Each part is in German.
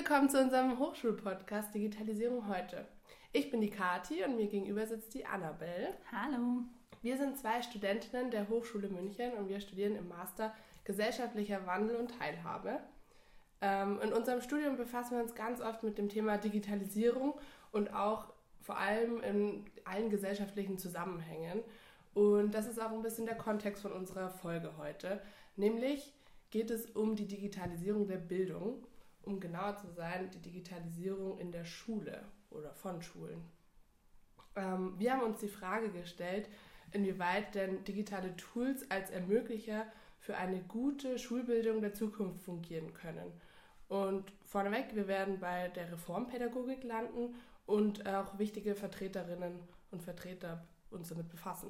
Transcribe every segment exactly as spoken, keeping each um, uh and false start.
willkommen zu unserem Hochschulpodcast Digitalisierung heute. Ich bin die Kathi und mir gegenüber sitzt die Annabelle. Hallo. Wir sind zwei Studentinnen der Hochschule München und wir studieren im Master Gesellschaftlicher Wandel und Teilhabe. Ähm, in unserem Studium befassen wir uns ganz oft mit dem Thema Digitalisierung und auch vor allem in allen gesellschaftlichen Zusammenhängen. Und das ist auch ein bisschen der Kontext von unserer Folge heute. Nämlich geht es um die Digitalisierung der Bildung, um genauer zu sein, die Digitalisierung in der Schule oder von Schulen. Ähm, wir haben uns die Frage gestellt, inwieweit denn digitale Tools als Ermöglicher für eine gute Schulbildung der Zukunft fungieren können. Und vorneweg, wir werden bei der Reformpädagogik landen und auch wichtige Vertreterinnen und Vertreter uns damit befassen.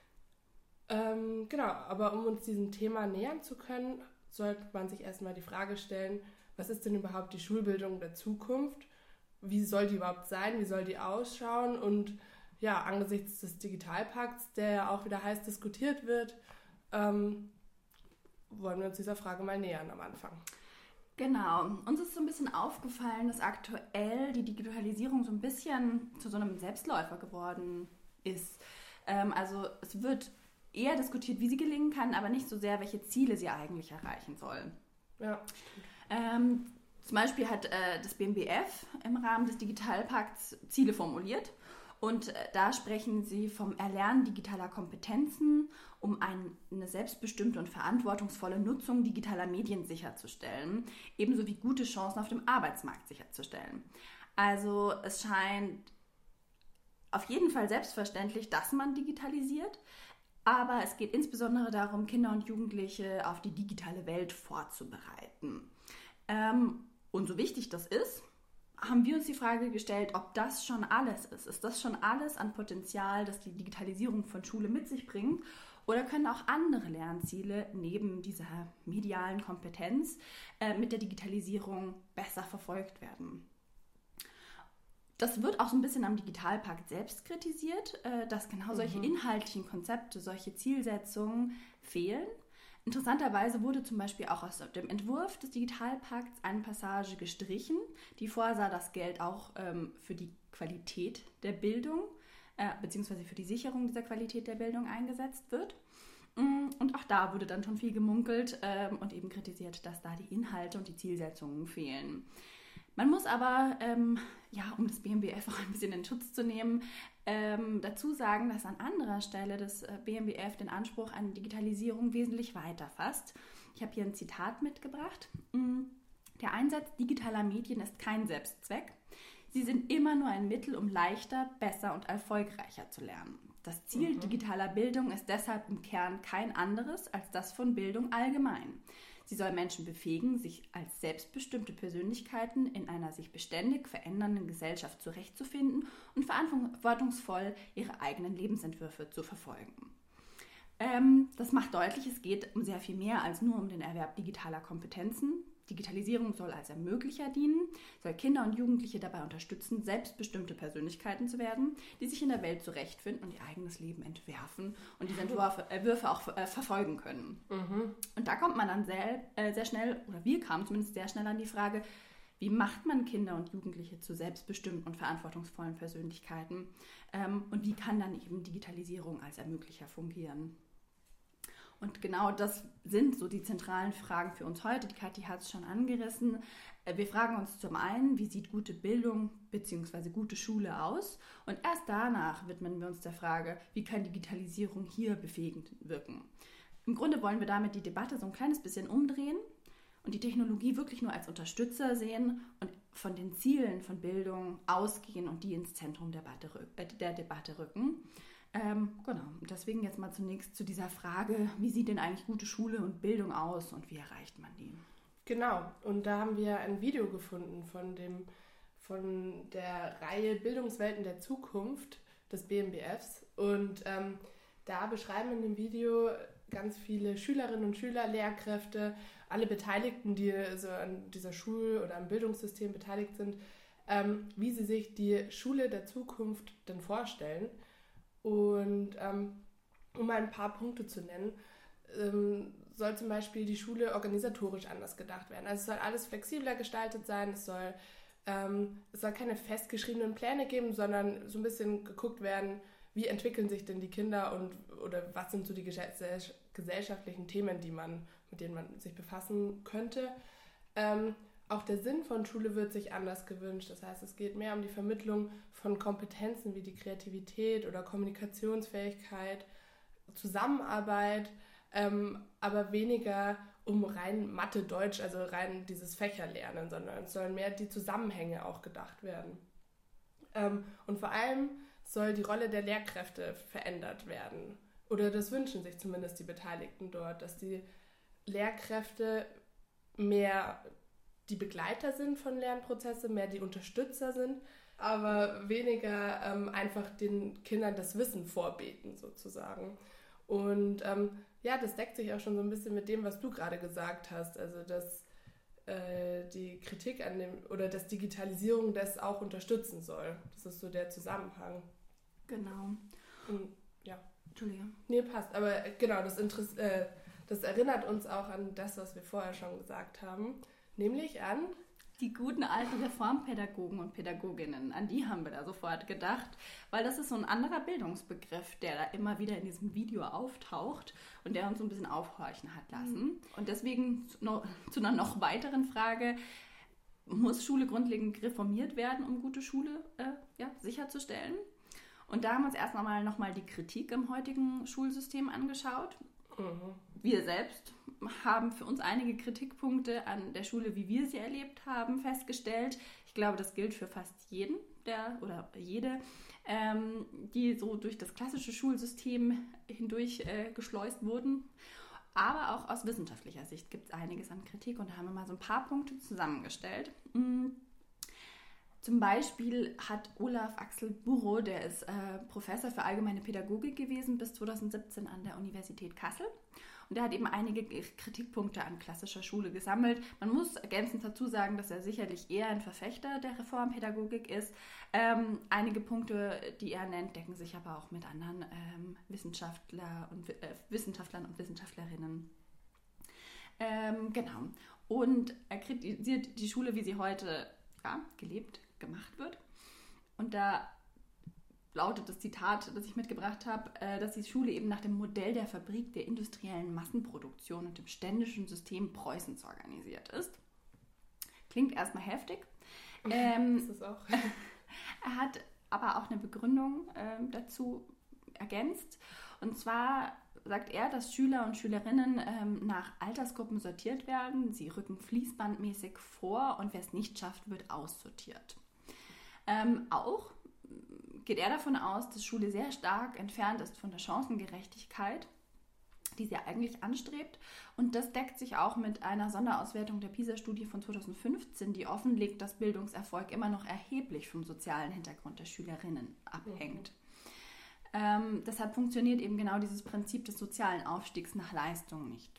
Ähm, genau, aber um uns diesem Thema nähern zu können, sollte man sich erstmal die Frage stellen, was ist denn überhaupt die Schulbildung der Zukunft? Wie soll die überhaupt sein? Wie soll die ausschauen? Und ja, angesichts des Digitalpakts, der ja auch wieder heiß diskutiert wird, ähm, wollen wir uns dieser Frage mal nähern am Anfang. Genau. Uns ist so ein bisschen aufgefallen, dass aktuell die Digitalisierung so ein bisschen zu so einem Selbstläufer geworden ist. Ähm, also es wird eher diskutiert, wie sie gelingen kann, aber nicht so sehr, welche Ziele sie eigentlich erreichen soll. Ja. Ähm, zum Beispiel hat äh, das B M B F im Rahmen des Digitalpakts Ziele formuliert und äh, da sprechen sie vom Erlernen digitaler Kompetenzen, um ein, eine selbstbestimmte und verantwortungsvolle Nutzung digitaler Medien sicherzustellen, ebenso wie gute Chancen auf dem Arbeitsmarkt sicherzustellen. Also es scheint auf jeden Fall selbstverständlich, dass man digitalisiert, aber es geht insbesondere darum, Kinder und Jugendliche auf die digitale Welt vorzubereiten. Ähm, und so wichtig das ist, haben wir uns die Frage gestellt, ob das schon alles ist. Ist das schon alles an Potenzial, das die Digitalisierung von Schule mit sich bringt? Oder können auch andere Lernziele neben dieser medialen Kompetenz äh, mit der Digitalisierung besser verfolgt werden? Das wird auch so ein bisschen am Digitalpakt selbst kritisiert, äh, dass genau solche mhm. inhaltlichen Konzepte, solche Zielsetzungen fehlen. Interessanterweise wurde zum Beispiel auch aus dem Entwurf des Digitalpakts eine Passage gestrichen, die vorsah, dass Geld auch ähm, für die Qualität der Bildung äh, bzw. für die Sicherung dieser Qualität der Bildung eingesetzt wird. Und auch da wurde dann schon viel gemunkelt ähm, und eben kritisiert, dass da die Inhalte und die Zielsetzungen fehlen. Man muss aber, ähm, ja, um das B M B F auch ein bisschen in Schutz zu nehmen, ähm, dazu sagen, dass an anderer Stelle das äh, B M B F den Anspruch an Digitalisierung wesentlich weiter fasst. Ich habe hier ein Zitat mitgebracht. Der Einsatz digitaler Medien ist kein Selbstzweck. Sie sind immer nur ein Mittel, um leichter, besser und erfolgreicher zu lernen. Das Ziel mhm. digitaler Bildung ist deshalb im Kern kein anderes als das von Bildung allgemein. Sie soll Menschen befähigen, sich als selbstbestimmte Persönlichkeiten in einer sich beständig verändernden Gesellschaft zurechtzufinden und verantwortungsvoll ihre eigenen Lebensentwürfe zu verfolgen. Ähm, das macht deutlich, es geht um sehr viel mehr als nur um den Erwerb digitaler Kompetenzen. Digitalisierung soll als Ermöglicher dienen, soll Kinder und Jugendliche dabei unterstützen, selbstbestimmte Persönlichkeiten zu werden, die sich in der Welt zurechtfinden und ihr eigenes Leben entwerfen und diese Entwürfe, Entwürfe auch äh, verfolgen können. Mhm. Und da kommt man dann sehr, äh, sehr schnell, oder wir kamen zumindest sehr schnell an die Frage, wie macht man Kinder und Jugendliche zu selbstbestimmten und verantwortungsvollen Persönlichkeiten ähm, und wie kann dann eben Digitalisierung als Ermöglicher fungieren? Und genau das sind so die zentralen Fragen für uns heute. Die Kathi hat es schon angerissen. Wir fragen uns zum einen, wie sieht gute Bildung bzw. gute Schule aus? Und erst danach widmen wir uns der Frage, wie kann Digitalisierung hier befähigend wirken? Im Grunde wollen wir damit die Debatte so ein kleines bisschen umdrehen und die Technologie wirklich nur als Unterstützer sehen und von den Zielen von Bildung ausgehen und die ins Zentrum der Debatte, äh, der Debatte rücken. Ähm, genau, deswegen jetzt mal zunächst zu dieser Frage, wie sieht denn eigentlich gute Schule und Bildung aus und wie erreicht man die? Genau, und da haben wir ein Video gefunden von, dem, von der Reihe Bildungswelten der Zukunft des B M B Fs und ähm, da beschreiben in dem Video ganz viele Schülerinnen und Schüler, Lehrkräfte, alle Beteiligten, die so an dieser Schul- oder am Bildungssystem beteiligt sind, ähm, wie sie sich die Schule der Zukunft denn vorstellen. Und ähm, um mal ein paar Punkte zu nennen, ähm, soll zum Beispiel die Schule organisatorisch anders gedacht werden. Also es soll alles flexibler gestaltet sein, es soll, ähm, es soll keine festgeschriebenen Pläne geben, sondern so ein bisschen geguckt werden, wie entwickeln sich denn die Kinder und oder was sind so die gesell- gesellschaftlichen Themen, die man, mit denen man sich befassen könnte. Ähm, auch der Sinn von Schule wird sich anders gewünscht. Das heißt, es geht mehr um die Vermittlung von Kompetenzen wie die Kreativität oder Kommunikationsfähigkeit, Zusammenarbeit, ähm, aber weniger um rein Mathe, Deutsch, also rein dieses Fächerlernen, sondern es sollen mehr die Zusammenhänge auch gedacht werden. Ähm, und vor allem soll die Rolle der Lehrkräfte verändert werden. Oder das wünschen sich zumindest die Beteiligten dort, dass die Lehrkräfte mehr die Begleiter sind von Lernprozessen, mehr die Unterstützer sind, aber weniger ähm, einfach den Kindern das Wissen vorbeten sozusagen. Und ähm, ja, das deckt sich auch schon so ein bisschen mit dem, was du gerade gesagt hast, also dass äh, die Kritik an dem oder dass Digitalisierung das auch unterstützen soll. Das ist so der Zusammenhang. Genau. Und, ja. Entschuldigung. Nee, passt. Aber genau, das, Interess- äh, das erinnert uns auch an das, was wir vorher schon gesagt haben. Nämlich an die guten alten Reformpädagogen und Pädagoginnen. An die haben wir da sofort gedacht. Weil das ist so ein anderer Bildungsbegriff, der da immer wieder in diesem Video auftaucht und der uns so ein bisschen aufhorchen hat lassen. Mhm. Und deswegen zu, noch, zu einer noch weiteren Frage. Muss Schule grundlegend reformiert werden, um gute Schule äh, ja, sicherzustellen? Und da haben wir uns erst einmal nochmal die Kritik im heutigen Schulsystem angeschaut. Mhm. Wir selbst haben für uns einige Kritikpunkte an der Schule, wie wir sie erlebt haben, festgestellt. Ich glaube, das gilt für fast jeden der, oder jede, ähm, die so durch das klassische Schulsystem hindurch äh, geschleust wurden. Aber auch aus wissenschaftlicher Sicht gibt es einiges an Kritik und da haben wir mal so ein paar Punkte zusammengestellt. Mhm. Zum Beispiel hat Olaf Axel Burrow, der ist äh, Professor für allgemeine Pädagogik gewesen bis zweitausendsiebzehn an der Universität Kassel. Und er hat eben einige Kritikpunkte an klassischer Schule gesammelt. Man muss ergänzend dazu sagen, dass er sicherlich eher ein Verfechter der Reformpädagogik ist. Ähm, einige Punkte, die er nennt, decken sich aber auch mit anderen ähm, Wissenschaftler und, äh, Wissenschaftlern und Wissenschaftlerinnen. Ähm, genau. Und er kritisiert die Schule, wie sie heute ja, gelebt gemacht wird. Und da lautet das Zitat, das ich mitgebracht habe, dass die Schule eben nach dem Modell der Fabrik der industriellen Massenproduktion und dem ständischen System Preußens organisiert ist. Klingt erstmal heftig. Ähm, ist es auch. Er hat aber auch eine Begründung ähm, dazu ergänzt. Und zwar sagt er, dass Schüler und Schülerinnen ähm, nach Altersgruppen sortiert werden. Sie rücken fließbandmäßig vor und wer es nicht schafft, wird aussortiert. Ähm, auch geht er davon aus, dass Schule sehr stark entfernt ist von der Chancengerechtigkeit, die sie eigentlich anstrebt. Und das deckt sich auch mit einer Sonderauswertung der PISA-Studie von zweitausendfünfzehn, die offenlegt, dass Bildungserfolg immer noch erheblich vom sozialen Hintergrund der Schülerinnen abhängt. Mhm. Ähm, deshalb funktioniert eben genau dieses Prinzip des sozialen Aufstiegs nach Leistung nicht.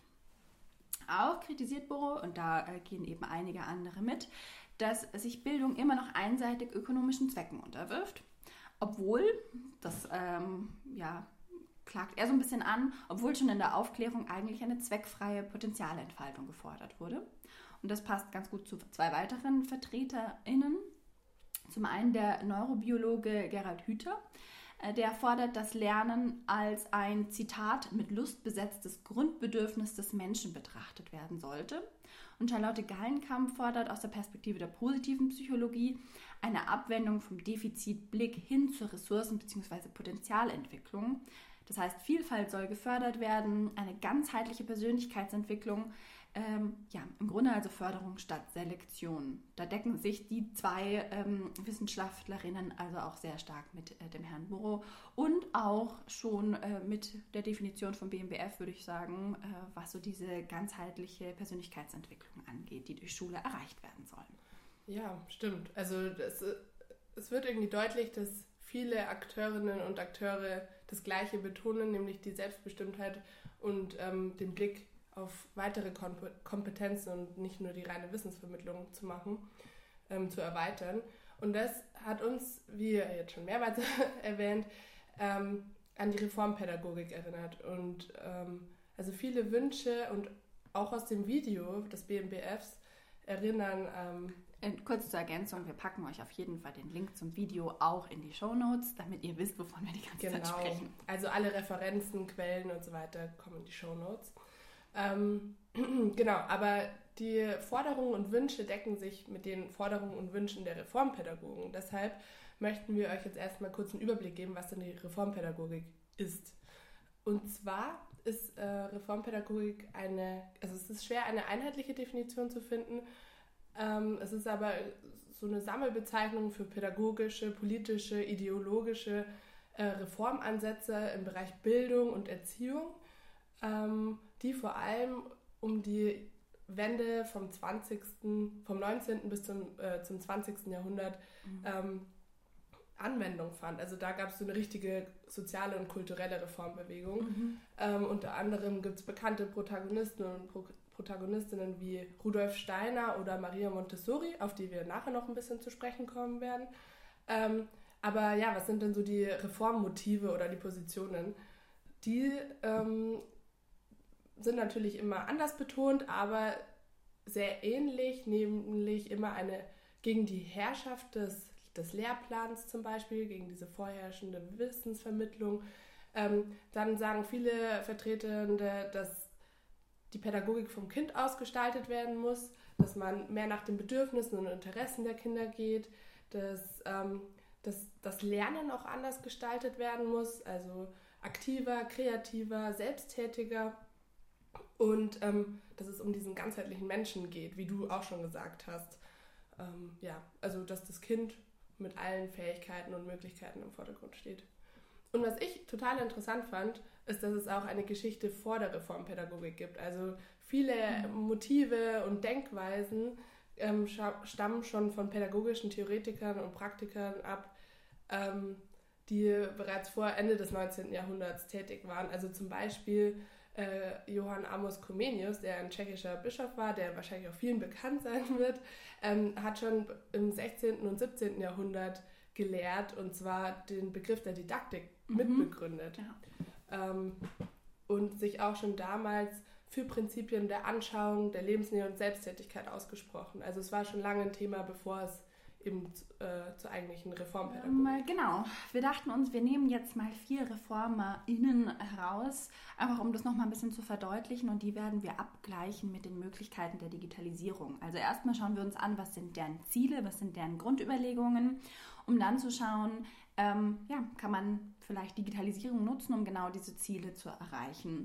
Auch kritisiert Burrow, und da äh, gehen eben einige andere mit, dass sich Bildung immer noch einseitig ökonomischen Zwecken unterwirft, obwohl, das ähm, ja, klagt er so ein bisschen an, obwohl schon in der Aufklärung eigentlich eine zweckfreie Potenzialentfaltung gefordert wurde. Und das passt ganz gut zu zwei weiteren VertreterInnen. Zum einen der Neurobiologe Gerald Hüther, der fordert, dass Lernen als ein, Zitat, mit Lust besetztes Grundbedürfnis des Menschen betrachtet werden sollte. Und Charlotte Gallenkamp fordert aus der Perspektive der positiven Psychologie eine Abwendung vom Defizitblick hin zur Ressourcen- bzw. Potenzialentwicklung. Das heißt, Vielfalt soll gefördert werden, eine ganzheitliche Persönlichkeitsentwicklung, ähm, ja, im Grunde also Förderung statt Selektion. Da decken sich die zwei ähm, Wissenschaftlerinnen also auch sehr stark mit äh, dem Herrn Burrow und auch schon äh, mit der Definition vom B M B F, würde ich sagen, äh, was so diese ganzheitliche Persönlichkeitsentwicklung angeht, die durch Schule erreicht werden soll. Ja, stimmt. Also das, es wird irgendwie deutlich, dass viele Akteurinnen und Akteure das Gleiche betonen, nämlich die Selbstbestimmtheit und ähm, den Blick auf weitere Kompetenzen und nicht nur die reine Wissensvermittlung zu machen, ähm, zu erweitern. Und das hat uns, wie jetzt schon mehrmals erwähnt, ähm, an die Reformpädagogik erinnert und ähm, Also viele Wünsche und auch aus dem Video des B M B Fs erinnern... Ähm, Kurz zur Ergänzung, wir packen euch auf jeden Fall den Link zum Video auch in die Shownotes, damit ihr wisst, wovon wir die ganze genau. Zeit sprechen. Also alle Referenzen, Quellen und so weiter kommen in die Shownotes. Ähm, genau, aber die Forderungen und Wünsche decken sich mit den Forderungen und Wünschen der Reformpädagogen. Deshalb möchten wir euch jetzt erstmal kurz einen Überblick geben, was denn die Reformpädagogik ist. Und zwar ist äh, Reformpädagogik eine, also es ist schwer, eine einheitliche Definition zu finden. Ähm, es ist aber so eine Sammelbezeichnung für pädagogische, politische, ideologische äh, Reformansätze im Bereich Bildung und Erziehung, ähm, die vor allem um die Wende vom zwanzigsten, vom neunzehnten bis zum, äh, zum zwanzigsten Jahrhundert mhm. ähm, Anwendung fand. Also da gab es so eine richtige soziale und kulturelle Reformbewegung. Mhm. Ähm, unter anderem gibt es bekannte Protagonisten und Pro- Protagonistinnen wie Rudolf Steiner oder Maria Montessori, auf die wir nachher noch ein bisschen zu sprechen kommen werden. Ähm, aber ja, was sind denn so die Reformmotive oder die Positionen? Die ähm, sind natürlich immer anders betont, aber sehr ähnlich, nämlich immer eine gegen die Herrschaft des, des Lehrplans zum Beispiel, gegen diese vorherrschende Wissensvermittlung. Ähm, dann sagen viele Vertretende, dass die Pädagogik vom Kind ausgestaltet werden muss, dass man mehr nach den Bedürfnissen und Interessen der Kinder geht, dass, ähm, dass das Lernen auch anders gestaltet werden muss, also aktiver, kreativer, selbsttätiger und ähm, dass es um diesen ganzheitlichen Menschen geht, wie du auch schon gesagt hast. Ähm, ja, also dass das Kind mit allen Fähigkeiten und Möglichkeiten im Vordergrund steht. Und was ich total interessant fand, ist, dass es auch eine Geschichte vor der Reformpädagogik gibt. Also viele Motive und Denkweisen ähm, stammen schon von pädagogischen Theoretikern und Praktikern ab, ähm, die bereits vor Ende des neunzehnten Jahrhunderts tätig waren. Also zum Beispiel äh, Johann Amos Comenius, der ein tschechischer Bischof war, der wahrscheinlich auch vielen bekannt sein wird, ähm, hat schon im sechzehnten und siebzehnten Jahrhundert gelehrt, und zwar den Begriff der Didaktik mhm. mitbegründet. Ja. Ähm, und sich auch schon damals für Prinzipien der Anschauung, der Lebensnähe und Selbsttätigkeit ausgesprochen. Also es war schon lange ein Thema, bevor es eben äh, zur eigentlichen Reformpädagogik. Ähm, genau. Wir dachten uns, wir nehmen jetzt mal vier ReformerInnen heraus, einfach um das nochmal ein bisschen zu verdeutlichen, und die werden wir abgleichen mit den Möglichkeiten der Digitalisierung. Also erstmal schauen wir uns an, was sind deren Ziele, was sind deren Grundüberlegungen, um dann zu schauen, ähm, ja, kann man vielleicht Digitalisierung nutzen, um genau diese Ziele zu erreichen.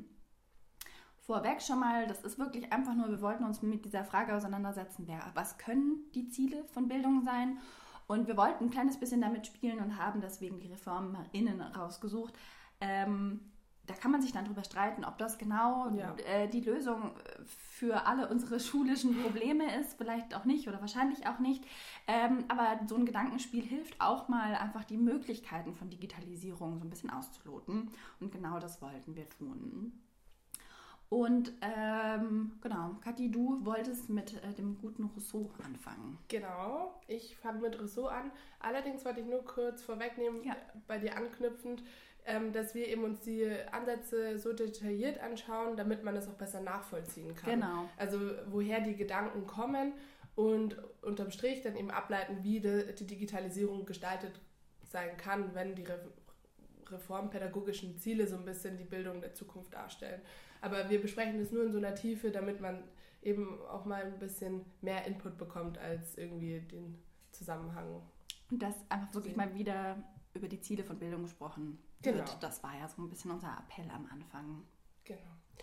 Vorweg schon mal, das ist wirklich einfach nur, wir wollten uns mit dieser Frage auseinandersetzen, wer, was können die Ziele von Bildung sein? Und wir wollten ein kleines bisschen damit spielen und haben deswegen die ReformerInnen rausgesucht. Ähm, da kann man sich dann drüber streiten, ob das genau ja. äh, die Lösung für alle unsere schulischen Probleme ist, vielleicht auch nicht oder wahrscheinlich auch nicht. Ähm, aber so ein Gedankenspiel hilft auch mal, einfach die Möglichkeiten von Digitalisierung so ein bisschen auszuloten. Und genau das wollten wir tun. Und ähm, genau, Kathi, du wolltest mit äh, dem guten Rousseau anfangen. Genau, ich fange mit Rousseau an. Allerdings wollte ich nur kurz vorwegnehmen, ja. bei dir anknüpfend, ähm, dass wir eben uns die Ansätze so detailliert anschauen, damit man das auch besser nachvollziehen kann. Genau. Also woher die Gedanken kommen und unterm Strich dann eben ableiten, wie de, die Digitalisierung gestaltet sein kann, wenn die Re- reformpädagogischen Ziele so ein bisschen die Bildung der Zukunft darstellen. Aber wir besprechen das nur in so einer Tiefe, damit man eben auch mal ein bisschen mehr Input bekommt, als irgendwie den Zusammenhang. Und das einfach wirklich sehen. Mal wieder über die Ziele von Bildung gesprochen genau. wird. Das war ja so ein bisschen unser Appell am Anfang. Genau.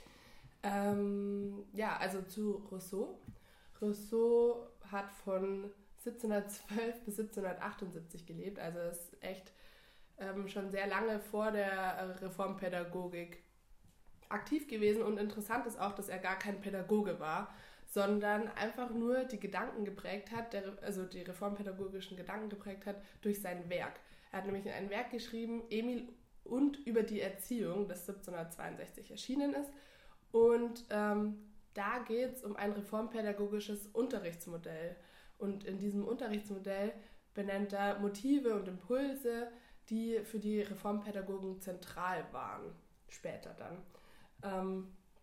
Ähm, ja, also zu Rousseau. Rousseau hat von siebzehnhundertzwölf bis siebzehnhundertachtundsiebzig gelebt, also ist echt ähm, schon sehr lange vor der Reformpädagogik aktiv gewesen, und interessant ist auch, dass er gar kein Pädagoge war, sondern einfach nur die Gedanken geprägt hat, der, also die reformpädagogischen Gedanken geprägt hat durch sein Werk. Er hat nämlich ein Werk geschrieben, Emil und über die Erziehung, das siebzehnhundertzweiundsechzig erschienen ist, und ähm, da geht es um ein reformpädagogisches Unterrichtsmodell, und in diesem Unterrichtsmodell benennt er Motive und Impulse, die für die Reformpädagogen zentral waren, später dann. Ähm,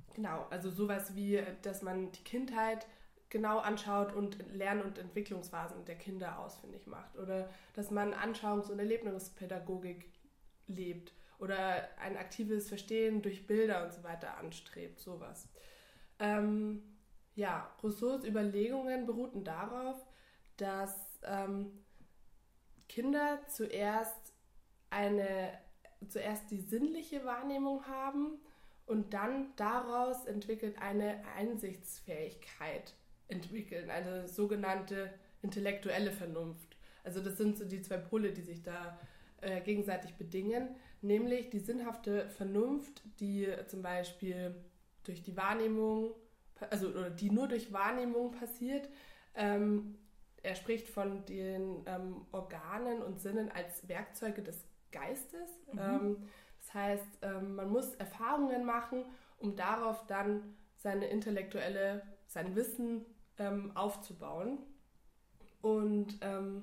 Genau, also sowas wie, dass man die Kindheit genau anschaut und Lern- und Entwicklungsphasen der Kinder ausfindig macht. Oder dass man Anschauungs- und Erlebnispädagogik lebt oder ein aktives Verstehen durch Bilder und so weiter anstrebt, sowas. Ähm, ja, Rousseaus Überlegungen beruhten darauf, dass ähm, Kinder zuerst eine, zuerst die sinnliche Wahrnehmung haben und dann daraus entwickelt eine Einsichtsfähigkeit entwickeln, eine sogenannte intellektuelle Vernunft. Also das sind so die zwei Pole, die sich da äh, gegenseitig bedingen, nämlich die sinnhafte Vernunft, die zum Beispiel durch die Wahrnehmung, also oder die nur durch Wahrnehmung passiert. Ähm, er spricht von den ähm, Organen und Sinnen als Werkzeuge des Geistes. Mhm. Ähm, das heißt, ähm, man muss Erfahrungen machen, um darauf dann seine intellektuelle, sein Wissen ähm, aufzubauen. Und ähm,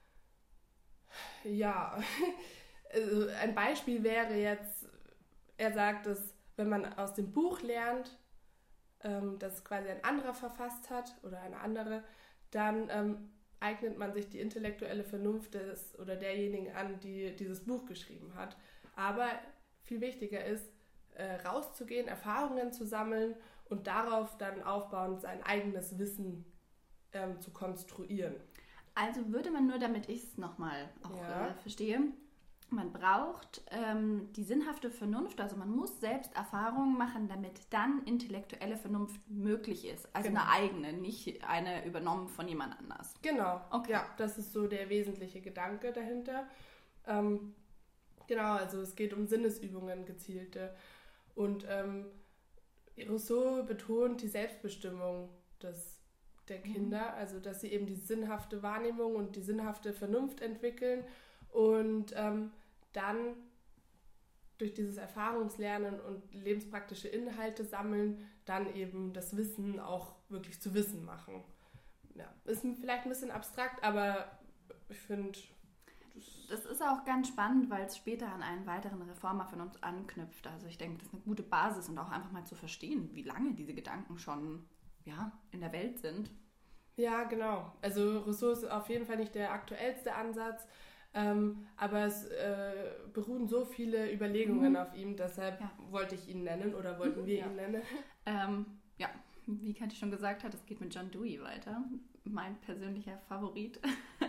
ja, also ein Beispiel wäre jetzt, er sagt, dass wenn man aus dem Buch lernt, ähm, das quasi ein anderer verfasst hat oder eine andere, dann ähm, eignet man sich die intellektuelle Vernunft des oder derjenigen an, die dieses Buch geschrieben hat. Aber viel wichtiger ist, äh, rauszugehen, Erfahrungen zu sammeln und darauf dann aufbauend sein eigenes Wissen ähm, zu konstruieren. Also würde man nur, damit ich es nochmal auch ja. äh, verstehe, man braucht ähm, die sinnhafte Vernunft, also man muss selbst Erfahrungen machen, damit dann intellektuelle Vernunft möglich ist. Also genau. Eine eigene, nicht eine übernommen von jemand anders. Genau, okay. Ja, das ist so der wesentliche Gedanke dahinter. Ähm, genau, also es geht um Sinnesübungen, gezielte. Und ähm, Rousseau betont die Selbstbestimmung des, der Kinder, mhm. also dass sie eben die sinnhafte Wahrnehmung und die sinnhafte Vernunft entwickeln und ähm, dann durch dieses Erfahrungslernen und lebenspraktische Inhalte sammeln, dann eben das Wissen auch wirklich zu Wissen machen. Ja, ist vielleicht ein bisschen abstrakt, aber ich finde... Das ist auch ganz spannend, weil es später an einen weiteren Reformer von uns anknüpft. Also ich denke, das ist eine gute Basis und auch einfach mal zu verstehen, wie lange diese Gedanken schon ja, in der Welt sind. Ja, genau. Also Rousseau ist auf jeden Fall nicht der aktuellste Ansatz, ähm, aber es äh, beruhen so viele Überlegungen mhm. auf ihm, deshalb ja. wollte ich ihn nennen oder wollten mhm, wir ja. ihn nennen. Ähm, ja, wie Kathi schon gesagt hat, es geht mit John Dewey weiter. Mein persönlicher Favorit.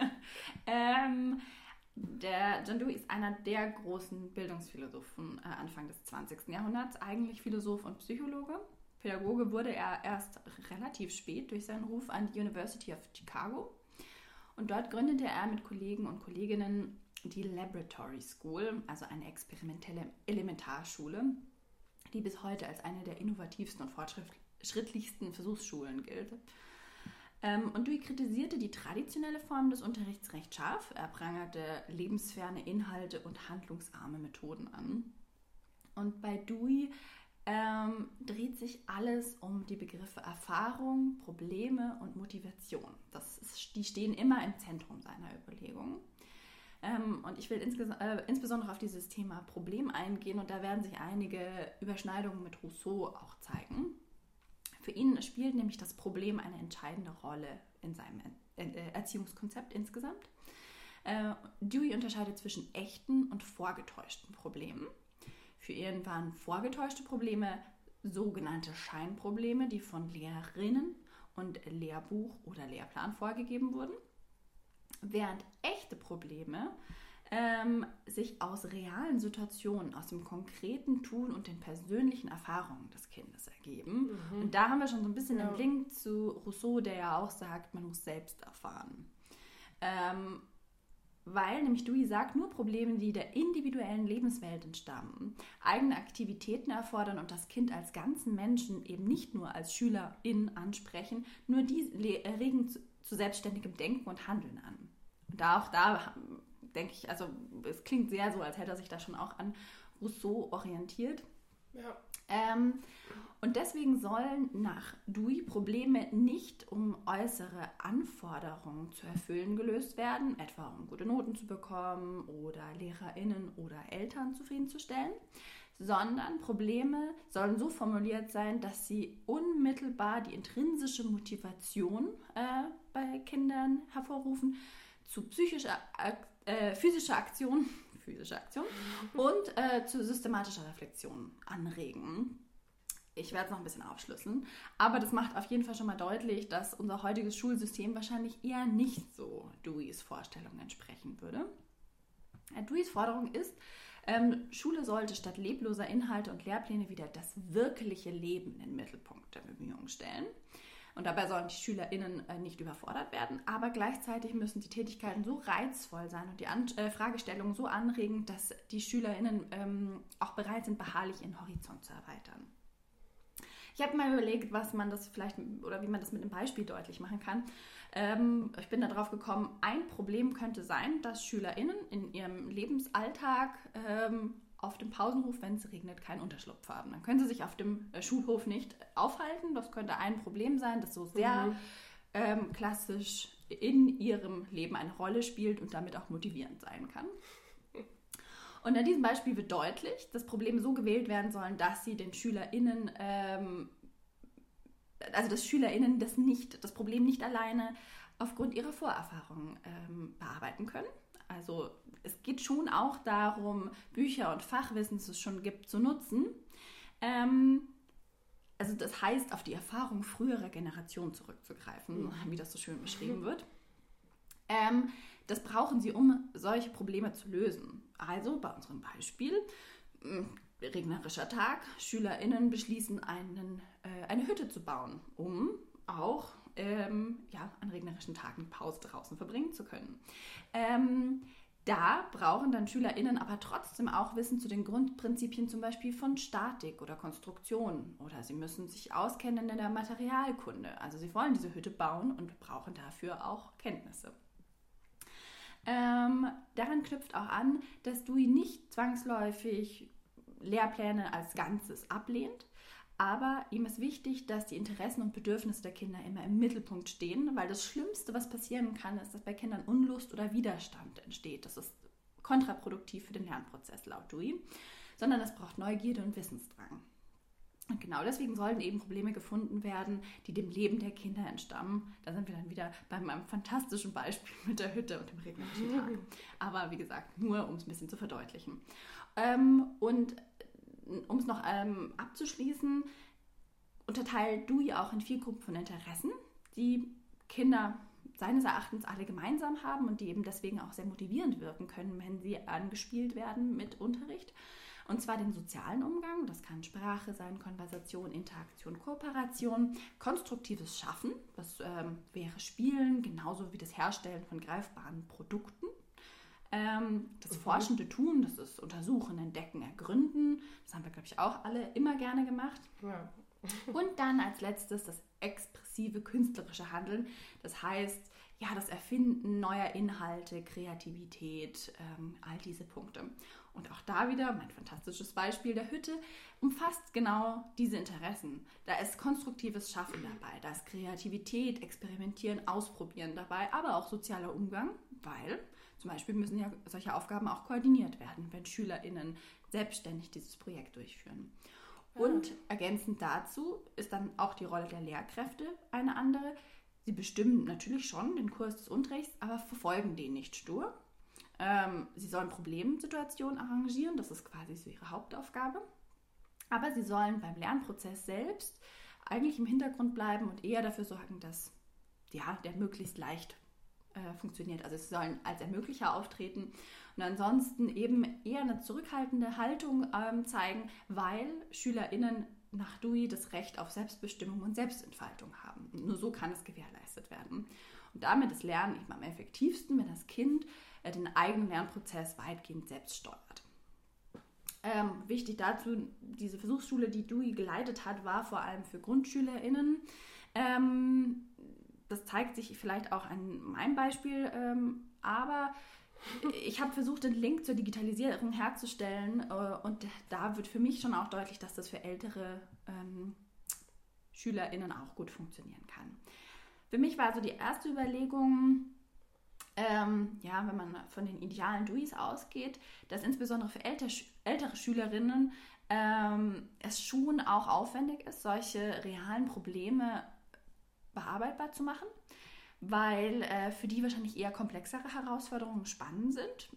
ähm, Der John Dewey ist einer der großen Bildungsphilosophen äh, Anfang des zwanzigsten Jahrhunderts, eigentlich Philosoph und Psychologe. Pädagoge wurde er erst relativ spät durch seinen Ruf an die University of Chicago. Und dort gründete er mit Kollegen und Kolleginnen die Laboratory School, also eine experimentelle Elementarschule, die bis heute als eine der innovativsten und fortschrittlichsten Versuchsschulen gilt. Und Dewey kritisierte die traditionelle Form des Unterrichts recht scharf. Er prangerte lebensferne Inhalte und handlungsarme Methoden an. Und bei Dewey ähm, dreht sich alles um die Begriffe Erfahrung, Probleme und Motivation. Das ist, die stehen immer im Zentrum seiner Überlegungen. Ähm, und ich will insges- äh, insbesondere auf dieses Thema Problem eingehen und da werden sich einige Überschneidungen mit Rousseau auch zeigen. Für ihn spielt nämlich das Problem eine entscheidende Rolle in seinem Erziehungskonzept insgesamt. Äh, Dewey unterscheidet zwischen echten und vorgetäuschten Problemen. Für ihn waren vorgetäuschte Probleme sogenannte Scheinprobleme, die von Lehrerinnen und Lehrbuch oder Lehrplan vorgegeben wurden, während echte Probleme ähm, sich aus realen Situationen, aus dem konkreten Tun und den persönlichen Erfahrungen des Kindes ergeben. Mhm. Und da haben wir schon so ein bisschen ja. einen Link zu Rousseau, der ja auch sagt, man muss selbst erfahren. Ähm, weil nämlich Dewey sagt, nur Probleme, die der individuellen Lebenswelt entstammen, eigene Aktivitäten erfordern und das Kind als ganzen Menschen eben nicht nur als Schülerin ansprechen, nur die regen zu, zu selbstständigem Denken und Handeln an. Und da auch da denke ich, also es klingt sehr so, als hätte er sich da schon auch an Rousseau orientiert. Ja. Ähm, und deswegen sollen nach Dewey Probleme nicht um äußere Anforderungen zu erfüllen gelöst werden, etwa um gute Noten zu bekommen oder LehrerInnen oder Eltern zufriedenzustellen, sondern Probleme sollen so formuliert sein, dass sie unmittelbar die intrinsische Motivation äh, bei Kindern hervorrufen zu psychischer, äh, physischer Aktion, physischer Aktion und äh, zu systematischer Reflexion anregen. Ich werde es noch ein bisschen aufschlüsseln, aber das macht auf jeden Fall schon mal deutlich, dass unser heutiges Schulsystem wahrscheinlich eher nicht so Deweys Vorstellung entsprechen würde. Deweys Forderung ist, ähm, Schule sollte statt lebloser Inhalte und Lehrpläne wieder das wirkliche Leben in den Mittelpunkt der Bemühungen stellen. Und dabei sollen die SchülerInnen äh, nicht überfordert werden, aber gleichzeitig müssen die Tätigkeiten so reizvoll sein und die An- äh, Fragestellungen so anregend, dass die SchülerInnen ähm, auch bereit sind, beharrlich ihren Horizont zu erweitern. Ich habe mal überlegt, was man das vielleicht oder wie man das mit einem Beispiel deutlich machen kann. Ähm, ich bin darauf gekommen, ein Problem könnte sein, dass SchülerInnen in ihrem Lebensalltag ähm, auf dem Pausenhof, wenn es regnet, keinen Unterschlupf haben. Dann können sie sich auf dem äh, Schulhof nicht aufhalten. Das könnte ein Problem sein, das so sehr mhm. ähm, klassisch in ihrem Leben eine Rolle spielt und damit auch motivierend sein kann. Und an diesem Beispiel wird deutlich, dass Probleme so gewählt werden sollen, dass sie den SchülerInnen, ähm, also dass SchülerInnen das, nicht, das Problem nicht alleine aufgrund ihrer Vorerfahrungen ähm, bearbeiten können. Also es geht schon auch darum, Bücher und Fachwissen, das es schon gibt, zu nutzen. Ähm, also das heißt, auf die Erfahrung früherer Generationen zurückzugreifen, mhm. wie das so schön beschrieben wird. Ähm, das brauchen sie, um solche Probleme zu lösen. Also bei unserem Beispiel, äh, regnerischer Tag, SchülerInnen beschließen, einen, äh, eine Hütte zu bauen, um auch ähm, ja, an regnerischen Tagen die Pause draußen verbringen zu können. Ähm, da brauchen dann SchülerInnen aber trotzdem auch Wissen zu den Grundprinzipien zum Beispiel von Statik oder Konstruktion. Oder sie müssen sich auskennen in der Materialkunde. Also sie wollen diese Hütte bauen und brauchen dafür auch Kenntnisse. Ähm, daran knüpft auch an, dass Dewey nicht zwangsläufig Lehrpläne als Ganzes ablehnt, aber ihm ist wichtig, dass die Interessen und Bedürfnisse der Kinder immer im Mittelpunkt stehen, weil das Schlimmste, was passieren kann, ist, dass bei Kindern Unlust oder Widerstand entsteht. Das ist kontraproduktiv für den Lernprozess laut Dewey, sondern es braucht Neugierde und Wissensdrang. Und genau deswegen sollten eben Probleme gefunden werden, die dem Leben der Kinder entstammen. Da sind wir dann wieder bei meinem fantastischen Beispiel mit der Hütte und dem regnerischen Tag. Aber wie gesagt, nur um es ein bisschen zu verdeutlichen. Ähm, und um es noch ähm, abzuschließen, unterteilt Dewey auch in vier Gruppen von Interessen, die Kinder seines Erachtens alle gemeinsam haben und die eben deswegen auch sehr motivierend wirken können, wenn sie angespielt werden mit Unterricht. Und zwar den sozialen Umgang, das kann Sprache sein, Konversation, Interaktion, Kooperation, konstruktives Schaffen, das ähm, wäre Spielen, genauso wie das Herstellen von greifbaren Produkten. Ähm, das mhm. forschende Tun, das ist Untersuchen, Entdecken, Ergründen, das haben wir, glaube ich, auch alle immer gerne gemacht. Ja. Und dann als letztes das expressive künstlerische Handeln, das heißt, ja, das Erfinden neuer Inhalte, Kreativität, ähm, all diese Punkte. Und auch da wieder mein fantastisches Beispiel der Hütte umfasst genau diese Interessen. Da ist konstruktives Schaffen dabei, da ist Kreativität, Experimentieren, Ausprobieren dabei, aber auch sozialer Umgang, weil zum Beispiel müssen ja solche Aufgaben auch koordiniert werden, wenn SchülerInnen selbstständig dieses Projekt durchführen. Und ergänzend dazu ist dann auch die Rolle der Lehrkräfte eine andere. Sie bestimmen natürlich schon den Kurs des Unterrichts, aber verfolgen den nicht stur. Ähm, sie sollen Problemsituationen arrangieren, das ist quasi so ihre Hauptaufgabe. Aber sie sollen beim Lernprozess selbst eigentlich im Hintergrund bleiben und eher dafür sorgen, dass ja, der möglichst leicht äh, funktioniert. Also sie sollen als Ermöglicher auftreten und ansonsten eben eher eine zurückhaltende Haltung ähm, zeigen, weil SchülerInnen nach Dewey das Recht auf Selbstbestimmung und Selbstentfaltung haben. Und nur so kann es gewährleistet werden. Und damit ist Lernen eben am effektivsten, wenn das Kind äh, den eigenen Lernprozess weitgehend selbst steuert. Ähm, wichtig dazu, diese Versuchsschule, die Dewey geleitet hat, war vor allem für GrundschülerInnen. Ähm, das zeigt sich vielleicht auch an meinem Beispiel, ähm, aber ich habe versucht, den Link zur Digitalisierung herzustellen äh, und da wird für mich schon auch deutlich, dass das für ältere ähm, SchülerInnen auch gut funktionieren kann. Für mich war also die erste Überlegung, ähm, ja, wenn man von den idealen Deweys ausgeht, dass insbesondere für älter, ältere SchülerInnen ähm, es schon auch aufwendig ist, solche realen Probleme bearbeitbar zu machen, weil äh, für die wahrscheinlich eher komplexere Herausforderungen spannend sind.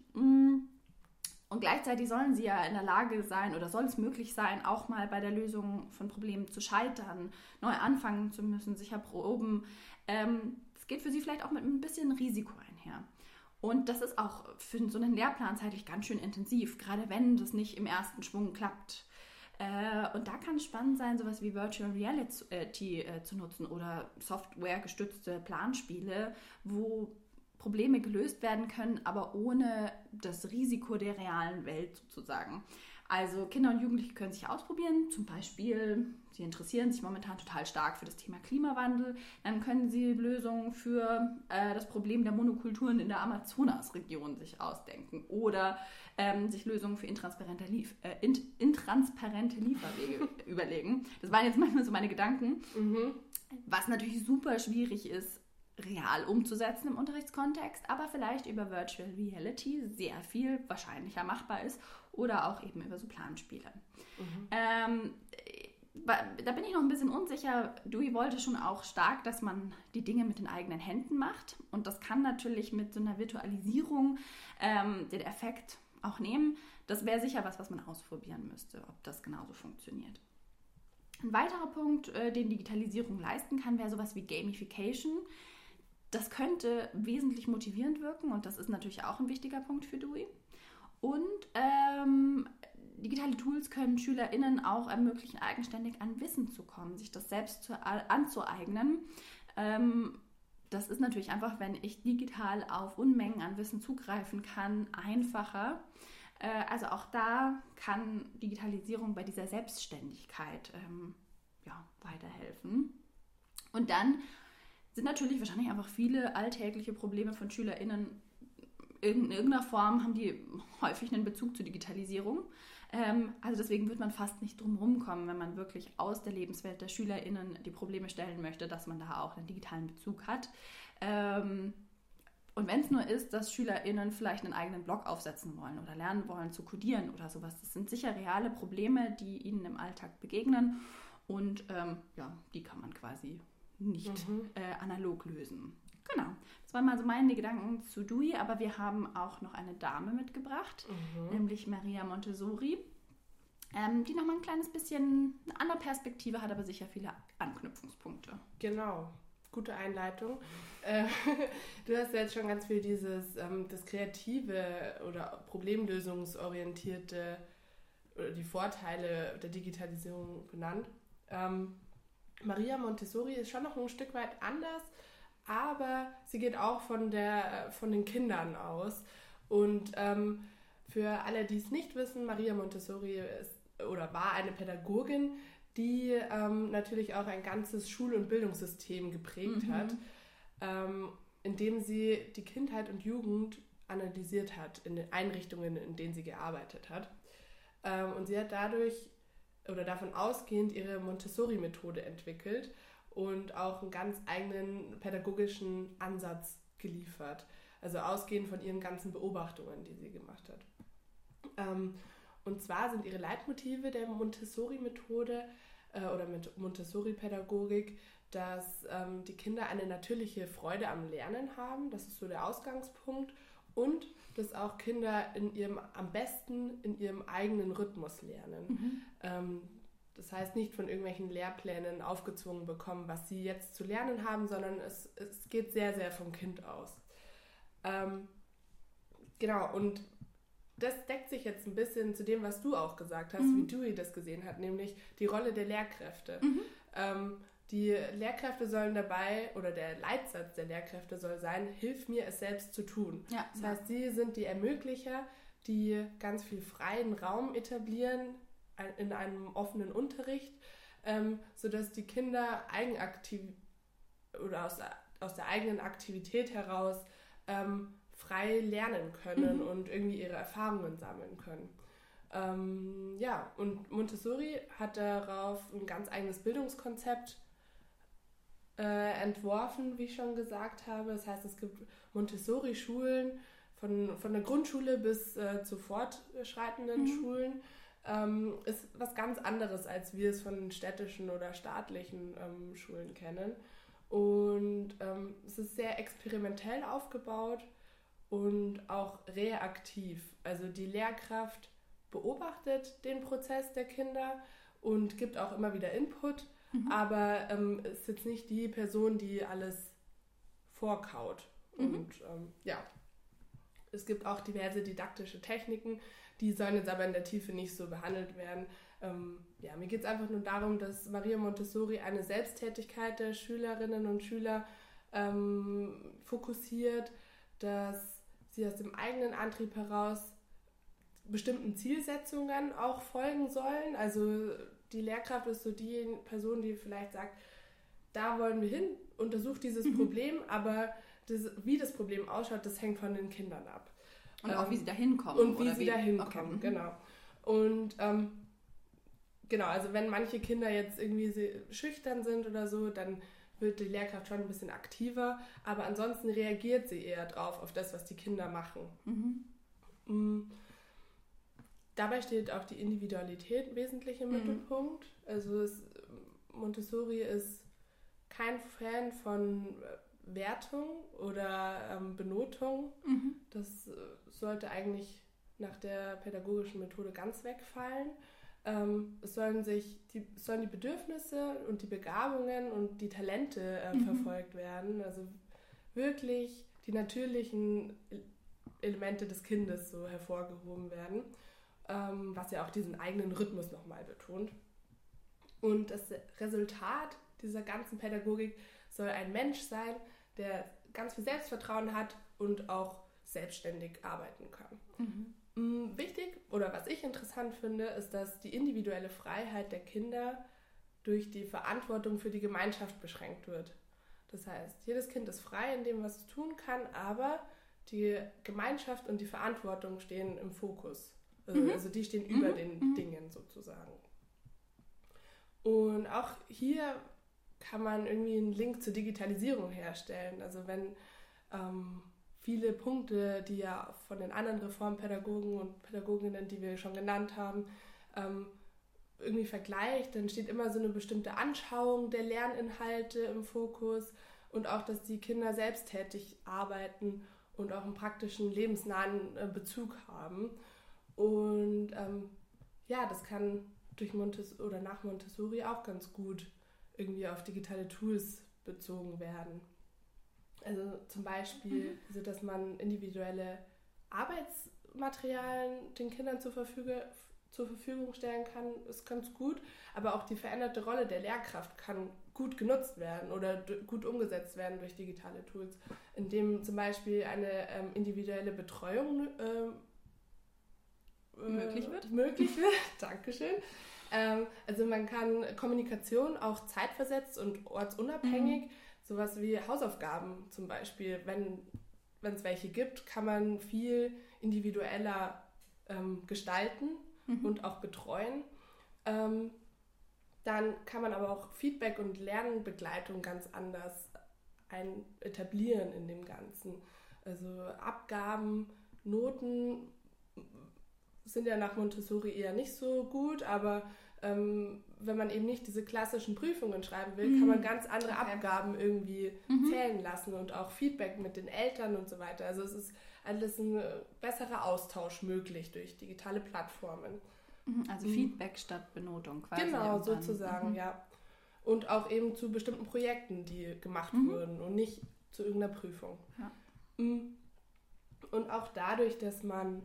Und gleichzeitig sollen sie ja in der Lage sein oder soll es möglich sein, auch mal bei der Lösung von Problemen zu scheitern, neu anfangen zu müssen, sich erproben. Ähm, das geht für sie vielleicht auch mit ein bisschen Risiko einher. Und das ist auch für so einen Lehrplan zeitlich ganz schön intensiv, gerade wenn das nicht im ersten Schwung klappt. Äh, und da kann es spannend sein, sowas wie Virtual Reality äh, zu nutzen oder softwaregestützte Planspiele, wo Probleme gelöst werden können, aber ohne das Risiko der realen Welt sozusagen. Also Kinder und Jugendliche können sich ausprobieren, zum Beispiel, sie interessieren sich momentan total stark für das Thema Klimawandel, dann können sie Lösungen für äh, das Problem der Monokulturen in der Amazonasregion sich ausdenken oder ähm, sich Lösungen für intransparente, Lief- äh, int- intransparente Lieferwege überlegen. Das waren jetzt manchmal so meine Gedanken, mhm. was natürlich super schwierig ist, real umzusetzen im Unterrichtskontext, aber vielleicht über Virtual Reality sehr viel wahrscheinlicher machbar ist oder auch eben über so Planspiele. Mhm. Ähm, da bin ich noch ein bisschen unsicher. Dewey wollte schon auch stark, dass man die Dinge mit den eigenen Händen macht und das kann natürlich mit so einer Virtualisierung ähm, den Effekt auch nehmen. Das wäre sicher was, was man ausprobieren müsste, ob das genauso funktioniert. Ein weiterer Punkt, äh, den Digitalisierung leisten kann, wäre sowas wie Gamification. Das könnte wesentlich motivierend wirken und das ist natürlich auch ein wichtiger Punkt für Dewey. Und ähm, digitale Tools können SchülerInnen auch ermöglichen, eigenständig an Wissen zu kommen, sich das selbst zu, anzueignen. Ähm, das ist natürlich einfach, wenn ich digital auf Unmengen an Wissen zugreifen kann, einfacher. Äh, also auch da kann Digitalisierung bei dieser Selbstständigkeit ähm, ja, weiterhelfen. Und dann sind natürlich wahrscheinlich einfach viele alltägliche Probleme von SchülerInnen in irgendeiner Form, haben die häufig einen Bezug zur Digitalisierung. Ähm, also deswegen wird man fast nicht drum rumkommen, wenn man wirklich aus der Lebenswelt der SchülerInnen die Probleme stellen möchte, dass man da auch einen digitalen Bezug hat. Ähm, und wenn es nur ist, dass SchülerInnen vielleicht einen eigenen Blog aufsetzen wollen oder lernen wollen zu codieren oder sowas, das sind sicher reale Probleme, die ihnen im Alltag begegnen und ähm, ja, die kann man quasi nicht mhm. äh, analog lösen. Genau, das waren mal so meine Gedanken zu Dewey, aber wir haben auch noch eine Dame mitgebracht, mhm. nämlich Maria Montessori, ähm, die nochmal ein kleines bisschen eine andere Perspektive hat, aber sicher viele Anknüpfungspunkte. Genau, gute Einleitung. Äh, du hast ja jetzt schon ganz viel dieses, ähm, das kreative oder problemlösungsorientierte oder die Vorteile der Digitalisierung genannt. Ähm, Maria Montessori ist schon noch ein Stück weit anders, aber sie geht auch von, der, von den Kindern aus. Und ähm, für alle, die es nicht wissen, Maria Montessori ist oder war eine Pädagogin, die ähm, natürlich auch ein ganzes Schul- und Bildungssystem geprägt mhm. hat, ähm, indem sie die Kindheit und Jugend analysiert hat in den Einrichtungen, in denen sie gearbeitet hat. Ähm, und sie hat dadurch oder davon ausgehend ihre Montessori-Methode entwickelt und auch einen ganz eigenen pädagogischen Ansatz geliefert. Also ausgehend von ihren ganzen Beobachtungen, die sie gemacht hat. Ähm, und zwar sind ihre Leitmotive der Montessori-Methode äh, oder mit Montessori-Pädagogik, dass ähm, die Kinder eine natürliche Freude am Lernen haben. Das ist so der Ausgangspunkt. Und dass auch Kinder in ihrem, am besten in ihrem eigenen Rhythmus lernen. Mhm. Ähm, das heißt, nicht von irgendwelchen Lehrplänen aufgezwungen bekommen, was sie jetzt zu lernen haben, sondern es, es geht sehr, sehr vom Kind aus. Ähm, genau, und das deckt sich jetzt ein bisschen zu dem, was du auch gesagt hast, mhm. wie Dewey das gesehen hat, nämlich die Rolle der Lehrkräfte. Mhm. Ähm, die Lehrkräfte sollen dabei, oder der Leitsatz der Lehrkräfte soll sein, hilf mir, es selbst zu tun. Ja, das ja. heißt, sie sind die Ermöglicher, die ganz viel freien Raum etablieren in einem offenen Unterricht, ähm, sodass die Kinder eigenaktiv oder aus, aus der eigenen Aktivität heraus ähm, frei lernen können mhm. und irgendwie ihre Erfahrungen sammeln können. Ähm, ja, und Montessori hat darauf ein ganz eigenes Bildungskonzept äh, entworfen, wie ich schon gesagt habe. Das heißt, es gibt Montessori-Schulen von, von der Grundschule bis äh, zu fortschreitenden mhm. Schulen. ähm, ist was ganz anderes, als wir es von städtischen oder staatlichen ähm, Schulen kennen. Und ähm, es ist sehr experimentell aufgebaut und auch reaktiv. Also die Lehrkraft beobachtet den Prozess der Kinder und gibt auch immer wieder Input, mhm. aber ähm, ist jetzt nicht die Person, die alles vorkaut. Mhm. Und ähm, ja, es gibt auch diverse didaktische Techniken, die sollen jetzt aber in der Tiefe nicht so behandelt werden. Ähm, ja, mir geht es einfach nur darum, dass Maria Montessori eine Selbsttätigkeit der Schülerinnen und Schüler ähm, fokussiert, dass sie aus dem eigenen Antrieb heraus bestimmten Zielsetzungen auch folgen sollen. Also die Lehrkraft ist so die Person, die vielleicht sagt, da wollen wir hin, untersucht dieses mhm. Problem, aber das, wie das Problem ausschaut, das hängt von den Kindern ab. Und ähm, auch wie sie da hinkommen. Und wie sie da hinkommen, okay. genau. Und ähm, genau, also wenn manche Kinder jetzt irgendwie schüchtern sind oder so, dann wird die Lehrkraft schon ein bisschen aktiver, aber ansonsten reagiert sie eher drauf, auf das, was die Kinder machen. Mhm. Mhm. Dabei steht auch die Individualität wesentlich im mhm. Mittelpunkt. Also es, Montessori ist kein Fan von Wertung oder ähm, Benotung. Mhm. Das äh, sollte eigentlich nach der pädagogischen Methode ganz wegfallen. Ähm, es sollen sich die, sollen die Bedürfnisse und die Begabungen und die Talente äh, mhm. verfolgt werden. Also wirklich die natürlichen Elemente des Kindes so hervorgehoben werden, ähm, was ja auch diesen eigenen Rhythmus nochmal betont. Und das Resultat dieser ganzen Pädagogik soll ein Mensch sein, der ganz viel Selbstvertrauen hat und auch selbstständig arbeiten kann. Mhm. Wichtig oder was ich interessant finde, ist, dass die individuelle Freiheit der Kinder durch die Verantwortung für die Gemeinschaft beschränkt wird. Das heißt, jedes Kind ist frei in dem, was es tun kann, aber die Gemeinschaft und die Verantwortung stehen im Fokus. Also, mhm. also die stehen über mhm. den mhm. Dingen sozusagen. Und auch hier kann man irgendwie einen Link zur Digitalisierung herstellen. Also wenn ähm, viele Punkte, die ja von den anderen Reformpädagogen und Pädagoginnen, die wir schon genannt haben, ähm, irgendwie vergleicht, dann steht immer so eine bestimmte Anschauung der Lerninhalte im Fokus und auch, dass die Kinder selbsttätig arbeiten und auch einen praktischen, lebensnahen äh, Bezug haben. Und ähm, ja, das kann durch Montes- oder nach Montessori auch ganz gut irgendwie auf digitale Tools bezogen werden. Also zum Beispiel, mhm. also dass man individuelle Arbeitsmaterialien den Kindern zur, Verfüge, zur Verfügung stellen kann, ist ganz gut. Aber auch die veränderte Rolle der Lehrkraft kann gut genutzt werden oder d- gut umgesetzt werden durch digitale Tools, indem zum Beispiel eine ähm, individuelle Betreuung äh, möglich wird. Möglich wird. Dankeschön. Ähm, also man kann Kommunikation auch zeitversetzt und ortsunabhängig, mhm. sowas wie Hausaufgaben zum Beispiel, wenn wenn es welche gibt, kann man viel individueller ähm, gestalten mhm. und auch betreuen. Ähm, dann kann man aber auch Feedback und Lernbegleitung ganz anders ein etablieren in dem Ganzen. Also Abgaben, Noten sind ja nach Montessori eher nicht so gut, aber ähm, wenn man eben nicht diese klassischen Prüfungen schreiben will, mhm. kann man ganz andere okay. Abgaben irgendwie mhm. zählen lassen und auch Feedback mit den Eltern und so weiter. Also es ist alles ein besserer Austausch möglich durch digitale Plattformen. Also mhm. Feedback statt Benotung quasi. Genau, sozusagen, mhm. ja. Und auch eben zu bestimmten Projekten, die gemacht mhm. wurden und nicht zu irgendeiner Prüfung. Ja. Und auch dadurch, dass man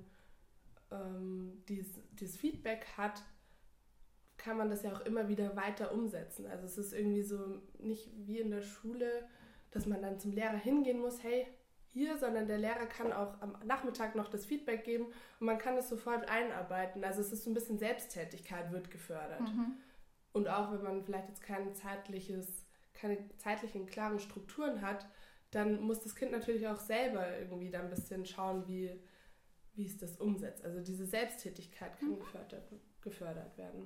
ähm, dieses, dieses Feedback hat, kann man das ja auch immer wieder weiter umsetzen. Also es ist irgendwie so nicht wie in der Schule, dass man dann zum Lehrer hingehen muss, hey, hier, sondern der Lehrer kann auch am Nachmittag noch das Feedback geben und man kann es sofort einarbeiten. Also es ist so ein bisschen Selbsttätigkeit wird gefördert. Mhm. Und auch wenn man vielleicht jetzt kein zeitliches, keine zeitlichen klaren Strukturen hat, dann muss das Kind natürlich auch selber irgendwie da ein bisschen schauen, wie, wie es das umsetzt. Also diese Selbsttätigkeit kann mhm. gefördert, gefördert werden.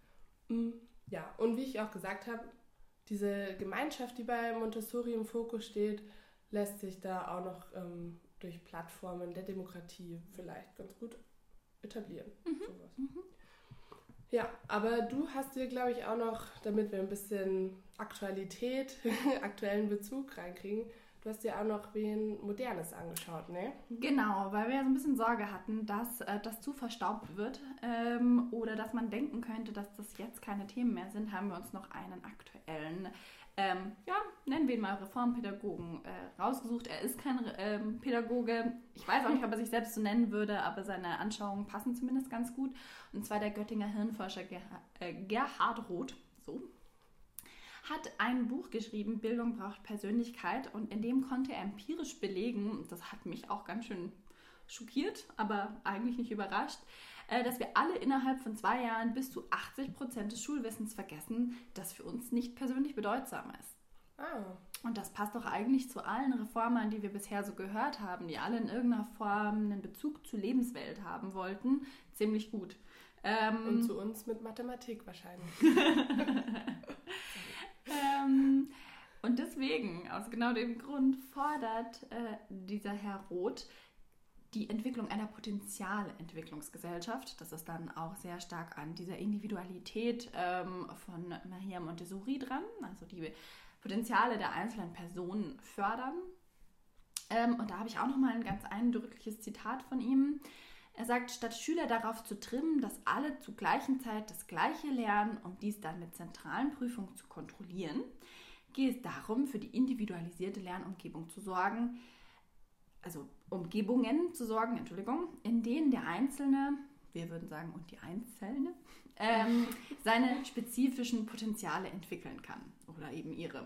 Ja, und wie ich auch gesagt habe, diese Gemeinschaft, die bei Montessori im Fokus steht, lässt sich da auch noch ähm, durch Plattformen der Demokratie vielleicht ganz gut etablieren. Mhm. Sowas. Mhm. Ja, aber du hast dir, glaube ich, auch noch, damit wir ein bisschen Aktualität, aktuellen Bezug reinkriegen, du hast dir auch noch wen Modernes angeschaut, ne? Genau, weil wir ja so ein bisschen Sorge hatten, dass äh, das zu verstaubt wird ähm, oder dass man denken könnte, dass das jetzt keine Themen mehr sind, haben wir uns noch einen aktuellen, ähm, ja, nennen wir ihn mal Reformpädagogen, äh, rausgesucht. Er ist kein ähm, Pädagoge, ich weiß auch nicht, ob er sich selbst so nennen würde, aber seine Anschauungen passen zumindest ganz gut. Und zwar der Göttinger Hirnforscher Ger äh, Gerhard Roth, so. Hat ein Buch geschrieben, Bildung braucht Persönlichkeit, und in dem konnte er empirisch belegen, das hat mich auch ganz schön schockiert, aber eigentlich nicht überrascht, dass wir alle innerhalb von zwei Jahren bis zu achtzig Prozent des Schulwissens vergessen, das für uns nicht persönlich bedeutsam ist. Ah. Und das passt doch eigentlich zu allen Reformern, die wir bisher so gehört haben, die alle in irgendeiner Form einen Bezug zur Lebenswelt haben wollten, ziemlich gut. Ähm, Und zu uns mit Mathematik wahrscheinlich. ähm, und deswegen, aus genau dem Grund, fordert äh, dieser Herr Roth die Entwicklung einer Potentialentwicklungsgesellschaft. Das ist dann auch sehr stark an dieser Individualität ähm, von Maria Montessori dran, also die Potenziale der einzelnen Personen fördern. Ähm, und da habe ich auch nochmal ein ganz eindrückliches Zitat von ihm. Er sagt, statt Schüler darauf zu trimmen, dass alle zur gleichen Zeit das Gleiche lernen, um dies dann mit zentralen Prüfungen zu kontrollieren, geht es darum, für die individualisierte Lernumgebung zu sorgen, also Umgebungen zu sorgen, Entschuldigung, in denen der Einzelne, wir würden sagen, und die Einzelne, ähm, seine spezifischen Potenziale entwickeln kann oder eben ihre.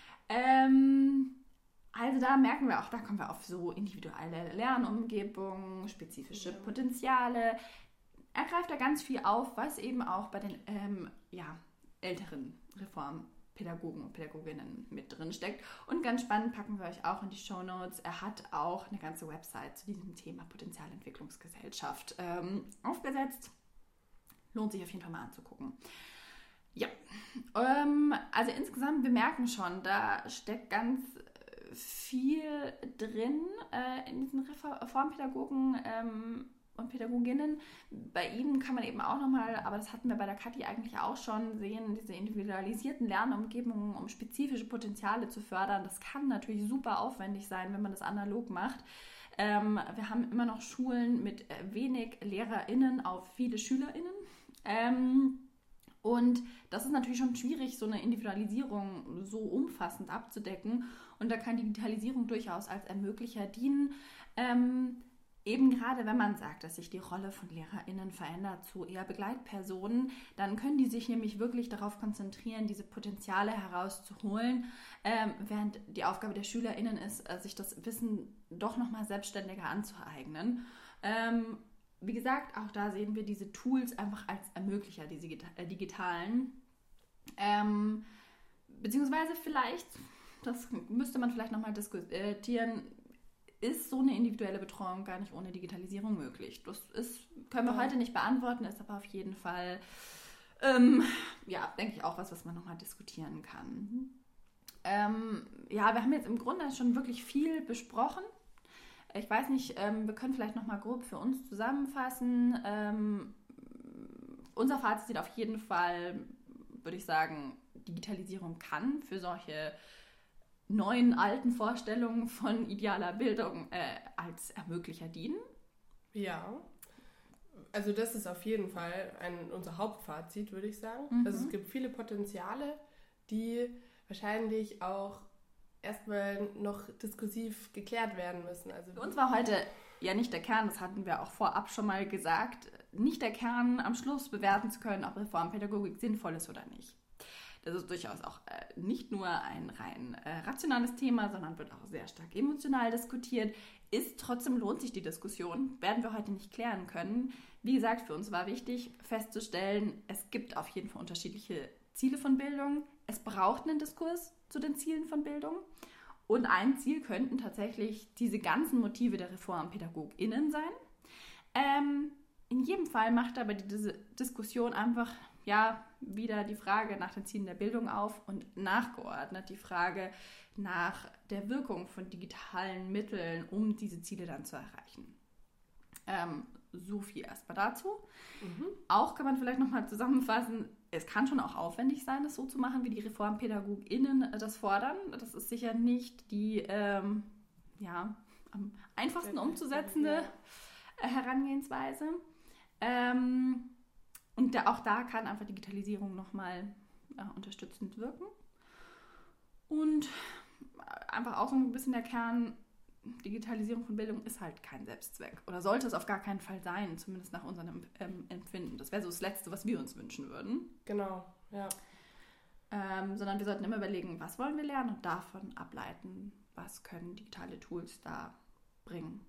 Ähm, Also da merken wir auch, da kommen wir auf so individuelle Lernumgebungen, spezifische Potenziale. Er greift da ganz viel auf, was eben auch bei den ähm, ja, älteren Reformpädagogen und Pädagoginnen mit drin steckt. Und ganz spannend, packen wir euch auch in die Shownotes. Er hat auch eine ganze Website zu diesem Thema Potenzialentwicklungsgesellschaft ähm, aufgesetzt. Lohnt sich auf jeden Fall mal anzugucken. Ja, ähm, also insgesamt, wir merken schon, da steckt ganz viel drin äh, in diesen Reformpädagogen ähm, und Pädagoginnen. Bei ihnen kann man eben auch nochmal, aber das hatten wir bei der Kathi eigentlich auch schon, sehen, diese individualisierten Lernumgebungen, um spezifische Potenziale zu fördern. Das kann natürlich super aufwendig sein, wenn man das analog macht. Ähm, wir haben immer noch Schulen mit wenig LehrerInnen auf viele SchülerInnen. Ähm, Und das ist natürlich schon schwierig, so eine Individualisierung so umfassend abzudecken. Und da kann Digitalisierung durchaus als Ermöglicher dienen. Ähm, eben gerade wenn man sagt, dass sich die Rolle von LehrerInnen verändert zu eher Begleitpersonen, dann können die sich nämlich wirklich darauf konzentrieren, diese Potenziale herauszuholen, ähm, während die Aufgabe der SchülerInnen ist, sich das Wissen doch nochmal selbstständiger anzueignen. Ähm, Wie gesagt, auch da sehen wir diese Tools einfach als Ermöglicher, diese digitalen. Ähm, beziehungsweise vielleicht, das müsste man vielleicht nochmal diskutieren, ist so eine individuelle Betreuung gar nicht ohne Digitalisierung möglich. Das ist, können wir ja heute nicht beantworten, ist aber auf jeden Fall, ähm, ja, denke ich auch was, was man nochmal diskutieren kann. Ähm, ja, wir haben jetzt im Grunde schon wirklich viel besprochen. Ich weiß nicht, ähm, wir können vielleicht nochmal grob für uns zusammenfassen. Ähm, unser Fazit auf jeden Fall, würde ich sagen, Digitalisierung kann für solche neuen, alten Vorstellungen von idealer Bildung äh, als Ermöglicher dienen. Ja, also das ist auf jeden Fall ein, unser Hauptfazit, würde ich sagen. Mhm. Also es gibt viele Potenziale, die wahrscheinlich auch erstmal noch diskursiv geklärt werden müssen. Also für uns war heute ja nicht der Kern, das hatten wir auch vorab schon mal gesagt, nicht der Kern, am Schluss bewerten zu können, ob Reformpädagogik sinnvoll ist oder nicht. Das ist durchaus auch äh, nicht nur ein rein äh, rationales Thema, sondern wird auch sehr stark emotional diskutiert. Ist trotzdem lohnt sich die Diskussion, werden wir heute nicht klären können. Wie gesagt, für uns war wichtig festzustellen, es gibt auf jeden Fall unterschiedliche Ziele von Bildung. Es braucht einen Diskurs zu den Zielen von Bildung. Und ein Ziel könnten tatsächlich diese ganzen Motive der ReformpädagogInnen sein. Ähm, in jedem Fall macht aber diese Diskussion einfach ja wieder die Frage nach den Zielen der Bildung auf und nachgeordnet die Frage nach der Wirkung von digitalen Mitteln, um diese Ziele dann zu erreichen. Ähm, so viel erstmal dazu. Mhm. Auch kann man vielleicht nochmal zusammenfassen, es kann schon auch aufwendig sein, das so zu machen, wie die ReformpädagogInnen das fordern. Das ist sicher nicht die ähm, ja, am einfachsten umzusetzende äh, Herangehensweise. Ähm, und da, auch da kann einfach Digitalisierung nochmal äh, unterstützend wirken. Und einfach auch so ein bisschen der Kern, Digitalisierung von Bildung ist halt kein Selbstzweck. Oder sollte es auf gar keinen Fall sein, zumindest nach unserem ähm, Empfinden. Das wäre so das Letzte, was wir uns wünschen würden. Genau, ja. Ähm, sondern wir sollten immer überlegen, was wollen wir lernen und davon ableiten, was können digitale Tools da bringen.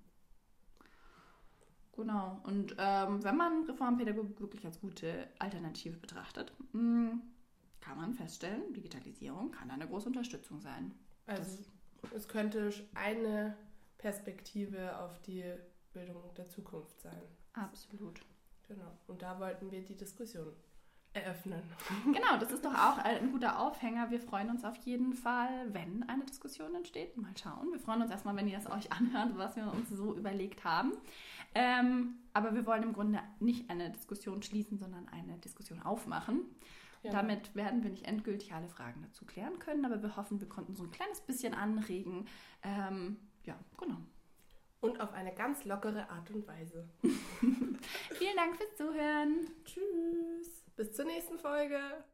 Genau. Und ähm, wenn man Reformpädagogik wirklich als gute Alternative betrachtet, mh, kann man feststellen, Digitalisierung kann eine große Unterstützung sein. Also das es könnte eine Perspektive auf die Bildung der Zukunft sein. Absolut. Genau. Und da wollten wir die Diskussion eröffnen. Genau, das ist doch auch ein guter Aufhänger. Wir freuen uns auf jeden Fall, wenn eine Diskussion entsteht. Mal schauen. Wir freuen uns erstmal, wenn ihr es euch anhört, was wir uns so überlegt haben. Ähm, aber wir wollen im Grunde nicht eine Diskussion schließen, sondern eine Diskussion aufmachen. Ja. Damit werden wir nicht endgültig alle Fragen dazu klären können, aber wir hoffen, wir konnten so ein kleines bisschen anregen. Ähm, ja, genau. Und auf eine ganz lockere Art und Weise. Vielen Dank fürs Zuhören. Tschüss. Bis zur nächsten Folge.